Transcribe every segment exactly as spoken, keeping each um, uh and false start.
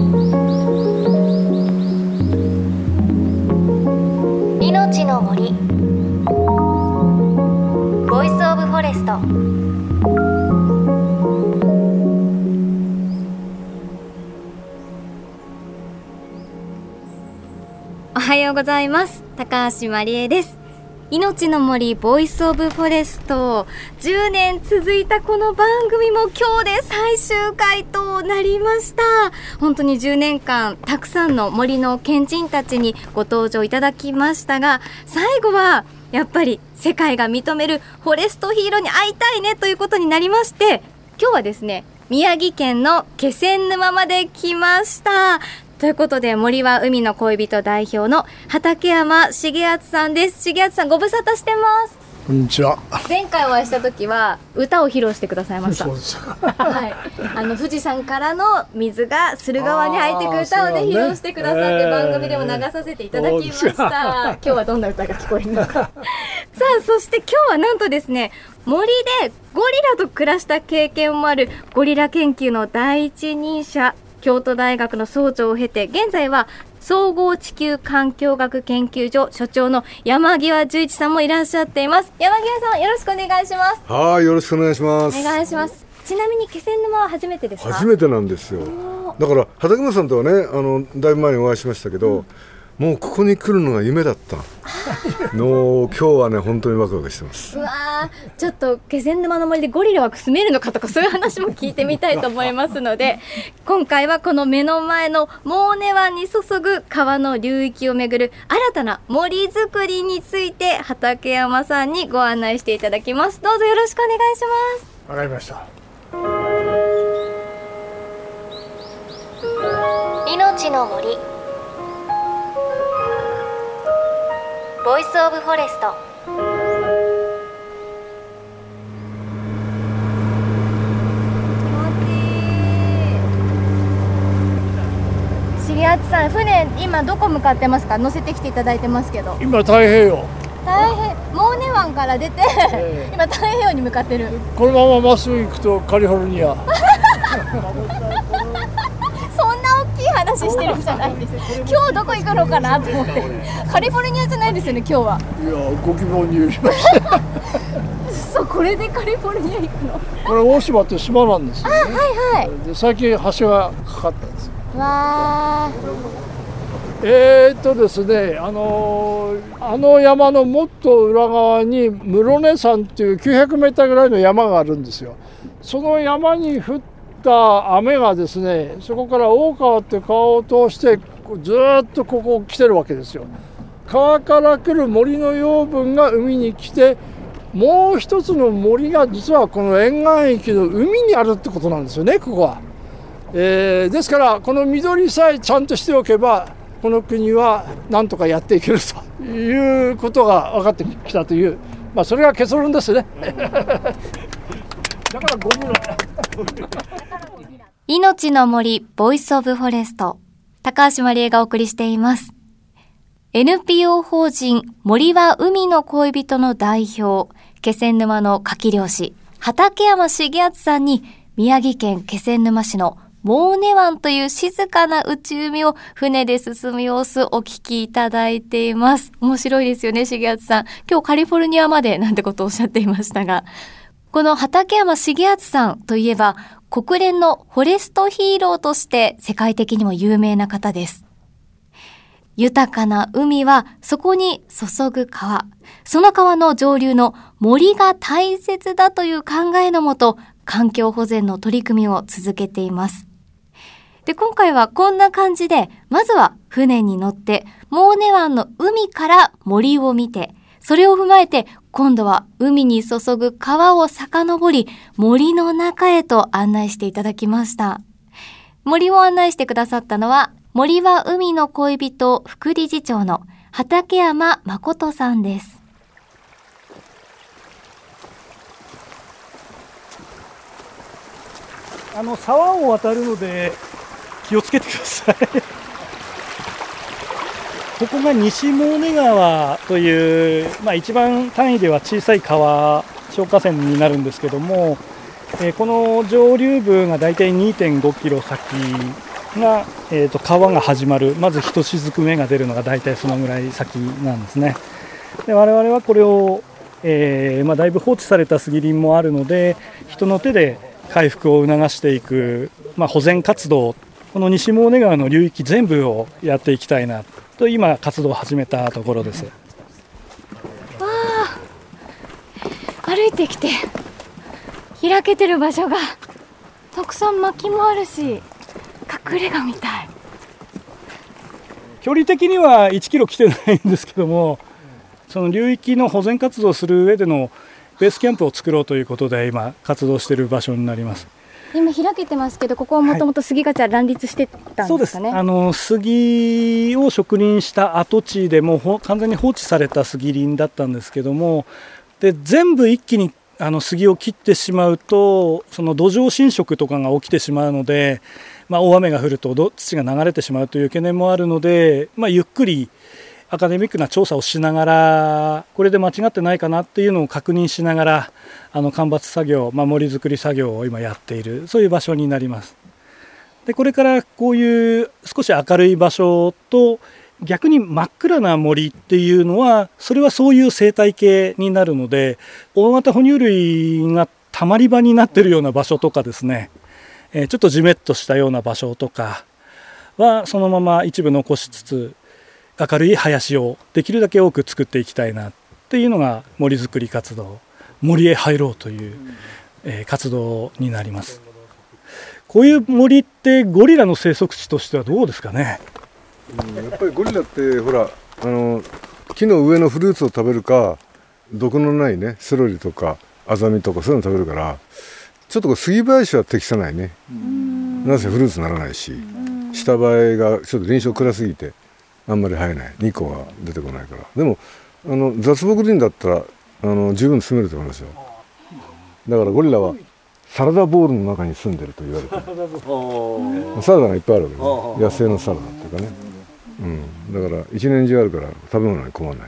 命の森ボイスオブフォレスト。おはようございます。高橋まりえです。命の森ボイスオブフォレスト、じゅうねん続いたこの番組も今日で最終回となりました。本当にじゅうねんかんたくさんの森の賢人たちにご登場いただきましたが、最後はやっぱり世界が認めるフォレストヒーローに会いたいねということになりまして、今日はですね、宮城県の気仙沼まで来ました。ということで、森は海の恋人代表の畠山重敦さんです。重敦さん、ご無沙汰してます。 こんにちは。 前回お会いした時は歌を披露してくださいました。 そうですはい、あの富士山からの水が駿河湾に入ってくる歌をね、披露してくださって、えー、番組でも流させていただきました。今日はどんな歌が聞こえるのかさあ、そして今日はなんとですね、森でゴリラと暮らした経験もあるゴリラ研究の第一人者、京都大学の総長を経て、現在は総合地球環境学研究所所長の山際十一さんもいらっしゃっています。山際さん、よろしくお願いします。 はい、よろしくお願いします。 お願いします。ちなみに気仙沼は初めてですか？ 初めてなんですよ。だから畠山さんとはね、あのだいぶ前にお会いしましたけど、うん、もうここに来るのが夢だったの今日はね、本当にワクワクしてます。 うわー、ちょっと気仙沼の森でゴリラは住めるのかとか、そういう話も聞いてみたいと思いますので今回はこの目の前のモーネ湾に注ぐ川の流域をめぐる新たな森づくりについて畠山さんにご案内していただきます。どうぞよろしくお願いします。 わかりました。 命の森ボイスオブフォレスト。重敦さん、船今どこ向かってますか？乗せてきていただいてますけど。 今太平洋。 太平モーネ湾から出て、えー、今太平洋に向かってる。 このまままっすぐ行くとカリフォルニアそんな大きい話してるんじゃないです。今日どこ行くのかなと思ってカリフォルニアじゃないですよね、今日は。いや、ご希望によりましたそう、これでカリフォルニア行くの？ これ大島って島なんですよね。 あ、はいはい。 で、最近橋がかかったんですよ。 わーえーっとですね、あのー、あの山のもっと裏側に室根山っていうきゅうひゃくメーターぐらいの山があるんですよ。その山に降った雨がですね、そこから大川って川を通してずっとここ来てるわけですよ。川から来る森の養分が海に来て、もう一つの森が実はこの沿岸域の海にあるってことなんですよね、ここは。えー、ですからこの緑さえちゃんとしておけば、この国はなんとかやっていけるということが分かってきたという、まあ、それが結論ですねだからゴミの命の森ボイスオブフォレスト、高橋まりえがお送りしています。 エヌピーオー 法人森は海の恋人の代表、気仙沼の牡蠣漁師畠山重敦さんに、宮城県気仙沼市のモーネ湾という静かな内海を船で進む様子お聞きいただいています。面白いですよね、重敦さん。今日カリフォルニアまでなんてことをおっしゃっていましたが、この畠山重敦さんといえば、国連のフォレストヒーローとして世界的にも有名な方です。豊かな海はそこに注ぐ川、その川の上流の森が大切だという考えのもと、環境保全の取り組みを続けています。で、今回はこんな感じで、まずは船に乗ってモーネ湾の海から森を見て、それを踏まえて今度は海に注ぐ川を遡り、森の中へと案内していただきました。森を案内してくださったのは、森は海の恋人副理事長の畠山誠さんです。 あの沢を渡るので気をつけてくださいここが西モーネ川という、まあ、一番単位では小さい川、小河川になるんですけども、えー、この上流部がだいたい にてんごキロ先が、えー、と川が始まる、まず一雫目が出るのが大体そのぐらい先なんですね。で我々はこれを、えーまあ、だいぶ放置された杉林もあるので、人の手で回復を促していく、まあ、保全活動、この西モーネ川の流域全部をやっていきたいなと今活動を始めたところです。 わあ、歩いてきて開けてる場所がたくさん薪もあるし、隠れ家みたい。 距離的にはいちキロ来てないんですけども、その流域の保全活動をする上でのベースキャンプを作ろうということで今活動している場所になります。 今開けてますけど、ここはもともと杉がじゃ乱立してたんですかね。 そうです。あの杉を植林した跡地でもう完全に放置された杉林だったんですけども、で全部一気にあの杉を切ってしまうと、その土壌侵食とかが起きてしまうので、まあ、大雨が降ると土が流れてしまうという懸念もあるので、まあ、ゆっくりアカデミックな調査をしながら、これで間違ってないかなっていうのを確認しながら、あの間伐作業、まあ、森作り作業を今やっている、そういう場所になります。でこれからこういう少し明るい場所と逆に真っ暗な森っていうのは、それはそういう生態系になるので、大型哺乳類がたまり場になっているような場所とかですね、えー、ちょっとジメッとしたような場所とかはそのまま一部残しつつ、明るい林をできるだけ多く作っていきたいなっていうのが森づくり活動、森へ入ろうという、えー、活動になります。こういう森ってゴリラの生息地としてはどうですかね。 うん、やっぱりゴリラってほら、あの木の上のフルーツを食べるか、毒のないねセロリとかアザミとかそういうの食べるから、ちょっとこう杉林は適さないね。なぜフルーツにならないし、下映えがちょっと臨床暗すぎてあんまり生えない、日光が出てこないから。でもあの雑木林だったらあの十分住めると思いますよ。だからゴリラはサラダボウルの中に住んでると言われてる。サラダがいっぱいあるわけね、野生のサラダっていうかね、うん、だから一年中あるから食べ物に困らない。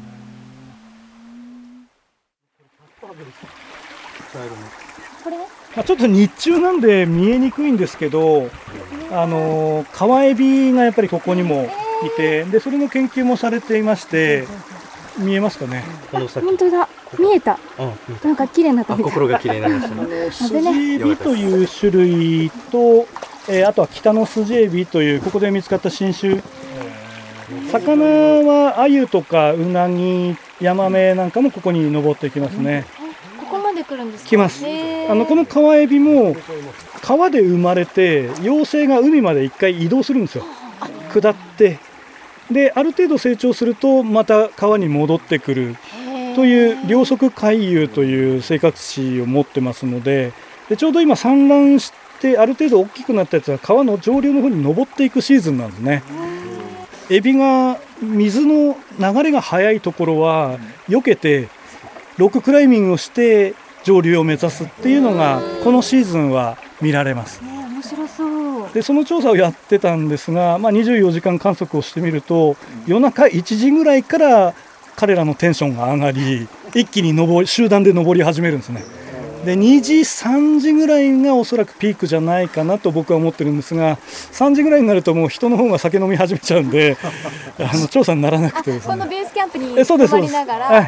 まあ、ちょっと日中なんで見えにくいんですけど、あの川エビがやっぱりここにもいて、でそれの研究もされていまして、見えますかね。 この先、本当だ、見えた。なんか綺麗になったみたい。 心が綺麗になりましたね。 スジエビという種類と、えー、あとは北のスジエビというここで見つかった新種。魚はアユとかウナギ、ヤマメなんかもここに登ってきますね。 ここまで来るんですか。 来ます。あのこの川エビも川で生まれて、幼生が海まで一回移動するんですよ。下って。である程度成長するとまた川に戻ってくるという両側回遊という生活史を持ってますので、でちょうど今産卵してある程度大きくなったやつは川の上流の方に登っていくシーズンなんですね。エビが水の流れが速いところは避けてロッククライミングをして上流を目指すっていうのがこのシーズンは見られます。 面白そう。 でその調査をやってたんですが、まあ、にじゅうよじかん観測をしてみると、夜中いちじぐらいから彼らのテンションが上がり、一気に登り集団で登り始めるんですね。でにじさんじぐらいがおそらくピークじゃないかなと僕は思ってるんですが、さんじぐらいになるともう人の方が酒飲み始めちゃうんであの調査にならなくてですね。 このベースキャンプに泊まりながら、はい、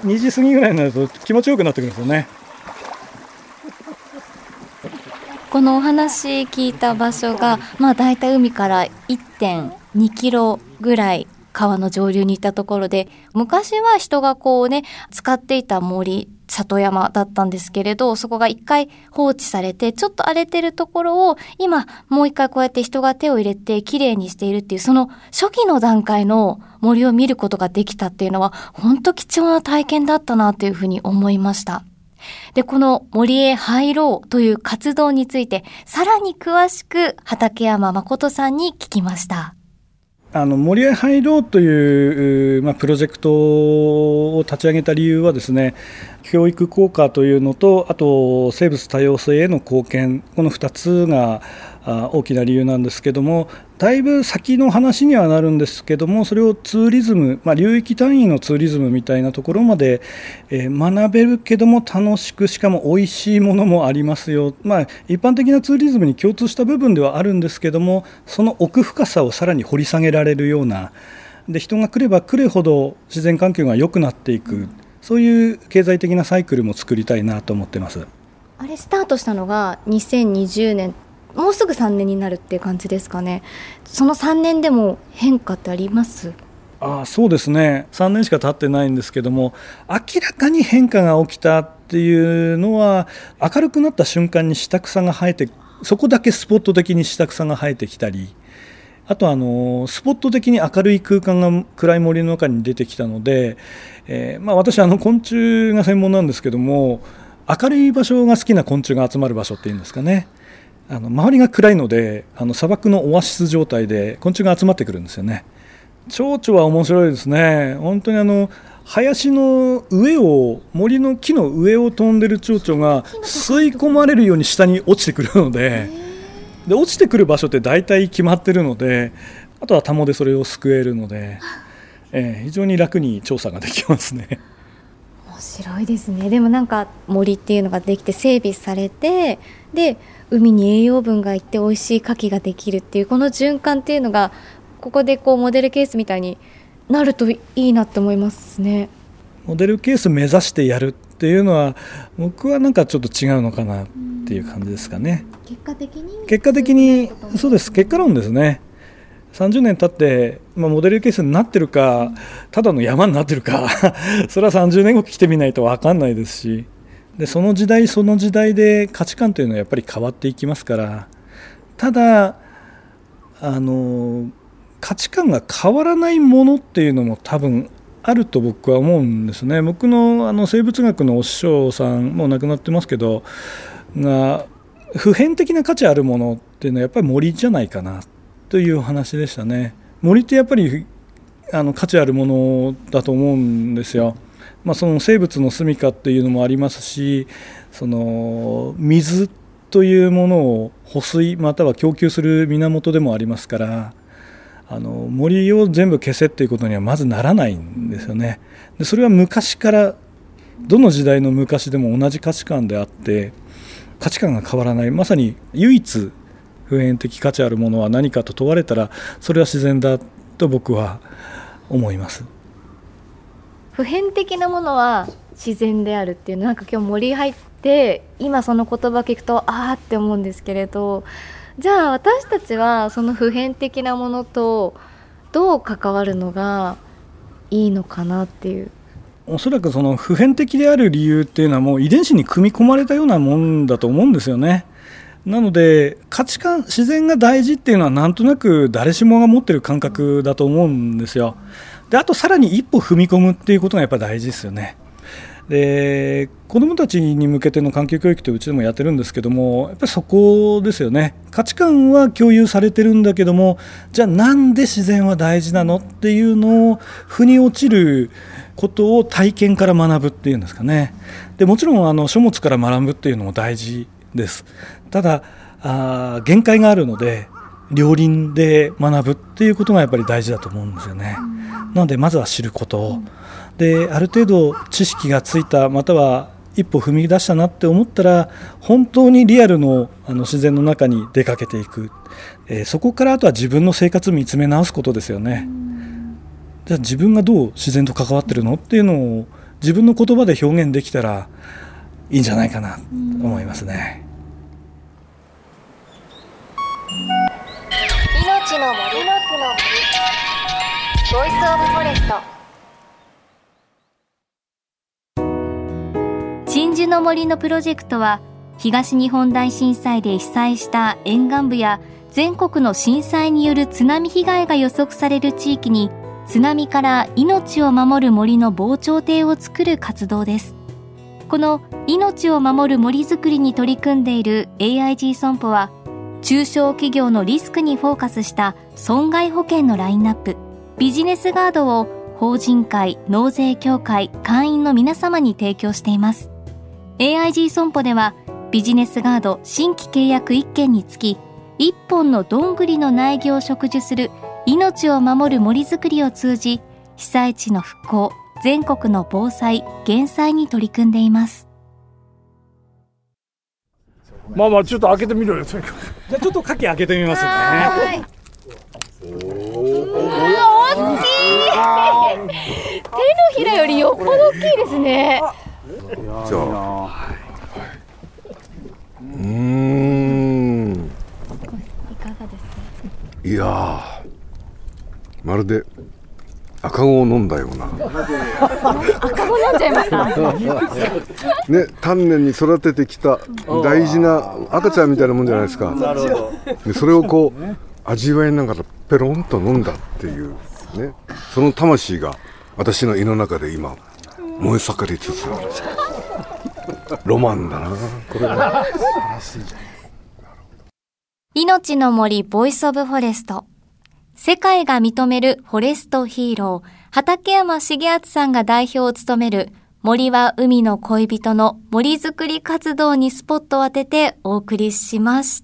にじ過ぎぐらいになると気持ちよくなってくるんですよね。 このお話聞いた場所が、まあ、だいたい海から いってんにキロぐらい川の上流にいたところで、昔は人がこうね使っていた森、里山だったんですけれど、そこが一回放置されてちょっと荒れてるところを今もう一回こうやって人が手を入れてきれいにしているっていう、その初期の段階の森を見ることができたっていうのは本当貴重な体験だったなというふうに思いました。で、この森へ入ろうという活動についてさらに詳しく畠山誠さんに聞きました。 あの森へ入ろうという、まあ、プロジェクトを立ち上げた理由はですね、教育効果というのと、あと生物多様性への貢献、このふたつがあ大きな理由なんですけども、だいぶ先の話にはなるんですけども、それをツーリズム、まあ、流域単位のツーリズムみたいなところまで、えー、学べるけども楽しく、しかも美味しいものもありますよ、まあ、一般的なツーリズムに共通した部分ではあるんですけども、その奥深さをさらに掘り下げられるような、で人が来れば来るほど自然環境が良くなっていく、そういう経済的なサイクルも作りたいなと思ってます。 あれスタートしたのがにせんにじゅうねん、もうすぐさんねんになるっていう感じですかね。そのさんねんでも変化ってあります？ ああそうですね、さんねんしか経ってないんですけども、明らかに変化が起きたっていうのは、明るくなった瞬間に下草が生えて、そこだけスポット的に下草が生えてきたり、あとあのスポット的に明るい空間が暗い森の中に出てきたので、えーまあ、私あの昆虫が専門なんですけども、明るい場所が好きな昆虫が集まる場所っていうんですかね、あの周りが暗いので、あの砂漠のオアシス状態で昆虫が集まってくるんですよね。蝶々は面白いですね。本当にあの林の上を、森の木の上を飛んでる蝶々が吸い込まれるように下に落ちてくるので、で落ちてくる場所って大体決まってるので、あとはタモでそれを救えるので、えー、非常に楽に調査ができますね。 面白いですね。でもなんか森っていうのができて整備されて、で海に栄養分がいって美味しい牡蠣ができるっていう、この循環っていうのがここでこうモデルケースみたいになるといいなって思いますね。 モデルケース目指してやるっていうのは、僕はなんかちょっと違うのかなっていう感じですかね。 結果的に結果的にそうです、結果論ですね。さんじゅうねん経って、まあ、モデルケースになってるか、ただの山になってるかそれはさんじゅうねんご来てみないと分かんないですし、でその時代その時代で価値観というのはやっぱり変わっていきますから、ただあの価値観が変わらないものっていうのも多分あると僕は思うんですね。僕 の, あの生物学のお師匠さんもう亡くなってますけどが、普遍的な価値あるものっていうのはやっぱり森じゃないかなというお話でしたね。森ってやっぱりあの価値あるものだと思うんですよ。まあ、その生物の住処っていうのもありますし、その水というものを保水または供給する源でもありますから、あの森を全部消せっていうことにはまずならないんですよね。でそれは昔からどの時代の昔でも同じ価値観であって、価値観が変わらない、まさに唯一普遍的価値あるものは何かと問われたら、それは自然だと僕は思います。 普遍的なものは自然であるっていうの、なんか今日森入って今その言葉聞くとあーって思うんですけれど、じゃあ私たちはその普遍的なものとどう関わるのがいいのかなっていう。 おそらくその普遍的である理由っていうのはもう遺伝子に組み込まれたようなもんだと思うんですよね。なので価値観、自然が大事っていうのはなんとなく誰しもが持ってる感覚だと思うんですよ。であとさらに一歩踏み込むっていうことがやっぱり大事ですよね。で子どもたちに向けての環境教育ってうちでもやってるんですけども、やっぱりそこですよね。価値観は共有されてるんだけども、じゃあなんで自然は大事なのっていうのを腑に落ちることを体験から学ぶっていうんですかね。でもちろんあの書物から学ぶっていうのも大事です。ただあ限界があるので、両輪で学ぶっていうことがやっぱり大事だと思うんですよね。なのでまずは知ることを、である程度知識がついた、または一歩踏み出したなって思ったら、本当にリアル の, あの自然の中に出かけていく、えー、そこからあとは自分の生活を見つめ直すことですよね。じゃあ自分がどう自然と関わってるのっていうのを自分の言葉で表現できたらいいんじゃないかなと思いますね。 命の森、ボイスオブフォレスト。鎮守の森のプロジェクトは、東日本大震災で被災した沿岸部や全国の震災による津波被害が予測される地域に、津波から命を守る森の防潮堤を作る活動です。この命を守る森づくりに取り組んでいる エーアイジー 損保は、中小企業のリスクにフォーカスした損害保険のラインナップ、ビジネスガードを法人会、納税協会、会員の皆様に提供しています。エーアイジー 損保では、ビジネスガード新規契約いっけんにつき一本のどんぐりの苗木を植樹する命を守る森づくりを通じ、被災地の復興、全国の防災・減災に取り組んでいます。 まあまあちょっと開けてみろよ。じゃあちょっと牡蠣開けてみますね。 はい。おー、大きい。手のひらよりよっぽど大きいですね。 じゃあ、うーん、 いかがですか？ いやー、まるで赤子を飲んだような赤子飲んじゃいましたね、丹念に育ててきた大事な赤ちゃんみたいなもんじゃないですか。 なるほど。 でそれをこう味わいながらペロンと飲んだっていうね、その魂が私の胃の中で今燃え盛りつつある。ロマンだなこれは。 命の森ボイスオブフォレスト。世界が認めるフォレストヒーロー、畠山重敦さんが代表を務める森は海の恋人の森づくり活動にスポットを当ててお送りしました。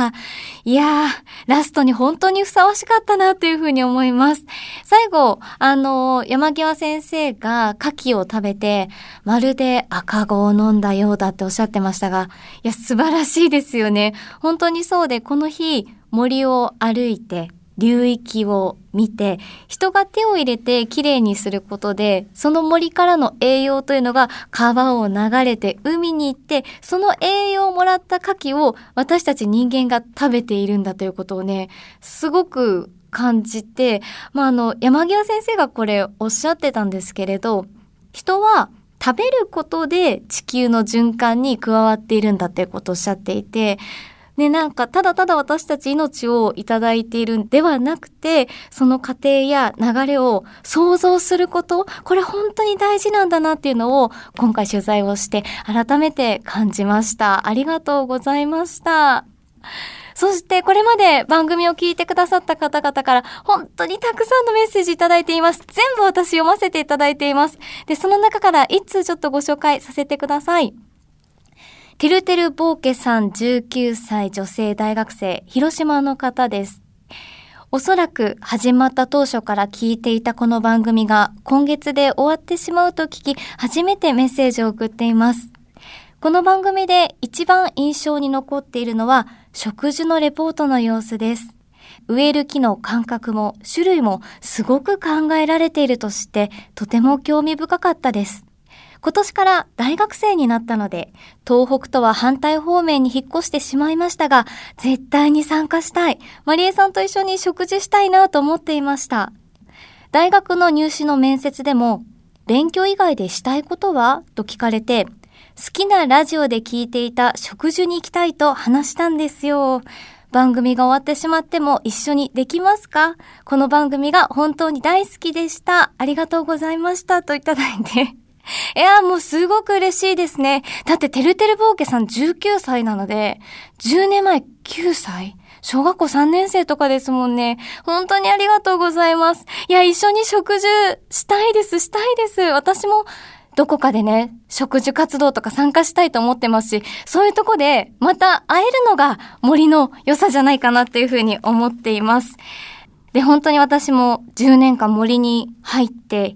いやー、ラストに本当にふさわしかったなというふうに思います。最後、あの、山際先生が牡蠣を食べて、まるで赤子を飲んだようだっておっしゃってましたが、いや、素晴らしいですよね。本当にそうで、この日、森を歩いて、流域を見て、人が手を入れてきれいにすることで、その森からの栄養というのが川を流れて海に行って、その栄養をもらった牡蠣を私たち人間が食べているんだということをね、すごく感じて、まあ、あの、山際先生がこれおっしゃってたんですけれど、人は食べることで地球の循環に加わっているんだということをおっしゃっていて、ね、なんかただただ私たち命をいただいているんではなくて、その過程や流れを想像すること、これ本当に大事なんだなっていうのを今回取材をして改めて感じました。ありがとうございました。そしてこれまで番組を聞いてくださった方々から本当にたくさんのメッセージいただいています。全部私読ませていただいています。で、その中から一通ちょっとご紹介させてください。てるてるぼうけさん、じゅうきゅうさい女性大学生、広島の方です。おそらく始まった当初から聞いていたこの番組が今月で終わってしまうと聞き、初めてメッセージを送っています。この番組で一番印象に残っているのは植樹のレポートの様子です。植える木の間隔も種類もすごく考えられているとして、とても興味深かったです。今年から大学生になったので、東北とは反対方面に引っ越してしまいましたが、絶対に参加したい。マリエさんと一緒に食事したいなと思っていました。大学の入試の面接でも、勉強以外でしたいことはと聞かれて、好きなラジオで聞いていた植樹に行きたいと話したんですよ。番組が終わってしまっても一緒にできますか？この番組が本当に大好きでした。ありがとうございましたといただいて。いや、もうすごく嬉しいですね。だっててるてるぼうけさんじゅうきゅうさいなので、じゅうねんまえきゅうさい？小学校さんねん生とかですもんね。本当にありがとうございます。いや、一緒に植樹したいです、したいです。私もどこかでね、植樹活動とか参加したいと思ってますし、そういうとこでまた会えるのが森の良さじゃないかなっていうふうに思っています。で、本当に私もじゅうねんかん森に入って、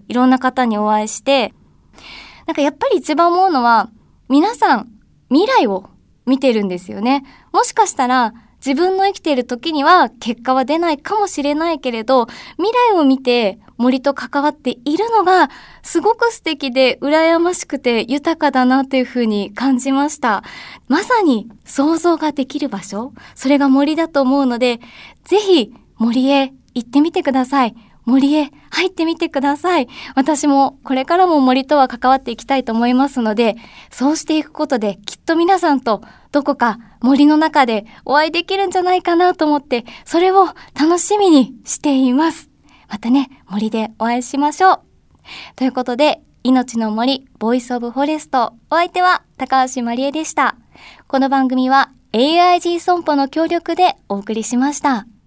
いろんな方にお会いして、なんかやっぱり一番思うのは、皆さん未来を見てるんですよね。もしかしたら自分の生きている時には結果は出ないかもしれないけれど、未来を見て森と関わっているのがすごく素敵で羨ましくて豊かだなというふうに感じました。まさに想像ができる場所、それが森だと思うので、ぜひ森へ行ってみてください。森へ入ってみてください。私もこれからも森とは関わっていきたいと思いますので、そうしていくことできっと皆さんとどこか森の中でお会いできるんじゃないかなと思って、それを楽しみにしています。またね、森でお会いしましょう。ということで、命の森ボイスオブフォレスト、お相手は高橋まりえでした。この番組は エーアイジー 損保の協力でお送りしました。